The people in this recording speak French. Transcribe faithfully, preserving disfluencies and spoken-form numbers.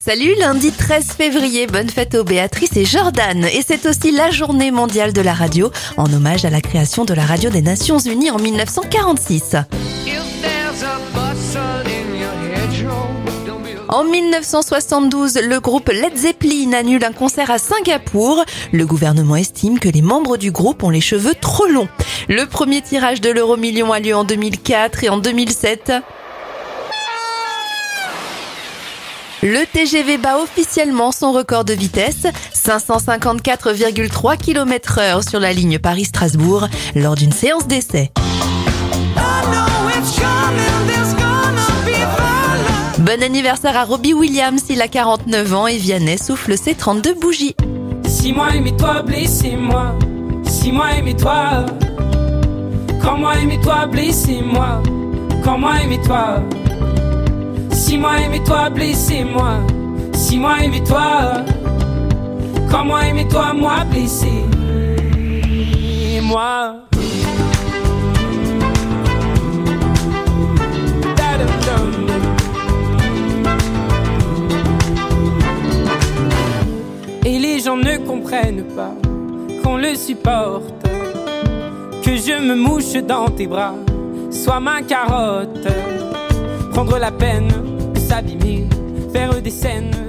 Salut, lundi treize février, bonne fête aux Béatrice et Jordan. Et c'est aussi la journée mondiale de la radio, en hommage à la création de la radio des Nations Unies en dix-neuf cent quarante-six. En dix-neuf cent soixante-douze, le groupe Led Zeppelin annule un concert à Singapour. Le gouvernement estime que les membres du groupe ont les cheveux trop longs. Le premier tirage de l'euro-million a lieu en deux mille quatre et en deux mille sept. Le T G V bat officiellement son record de vitesse, cinq cent cinquante-quatre virgule trois kilomètres heure sur la ligne Paris-Strasbourg, lors d'une séance d'essai. Bon anniversaire à Robbie Williams, il a quarante-neuf ans et Vianney souffle ses trente-deux bougies. Si moi aimais-toi, blessez-moi. Si moi aimais-toi. Quand moi aimais-toi, blessez-moi. Quand moi aimais-toi. Si moi aimais-toi, blessez-moi. Si moi aimais-toi. Quand moi aimais-toi, moi blessé. Et moi. Et les gens ne comprennent pas qu'on le supporte, que je me mouche dans tes bras, sois ma carotte. Prendre la peine de s'abîmer, faire des scènes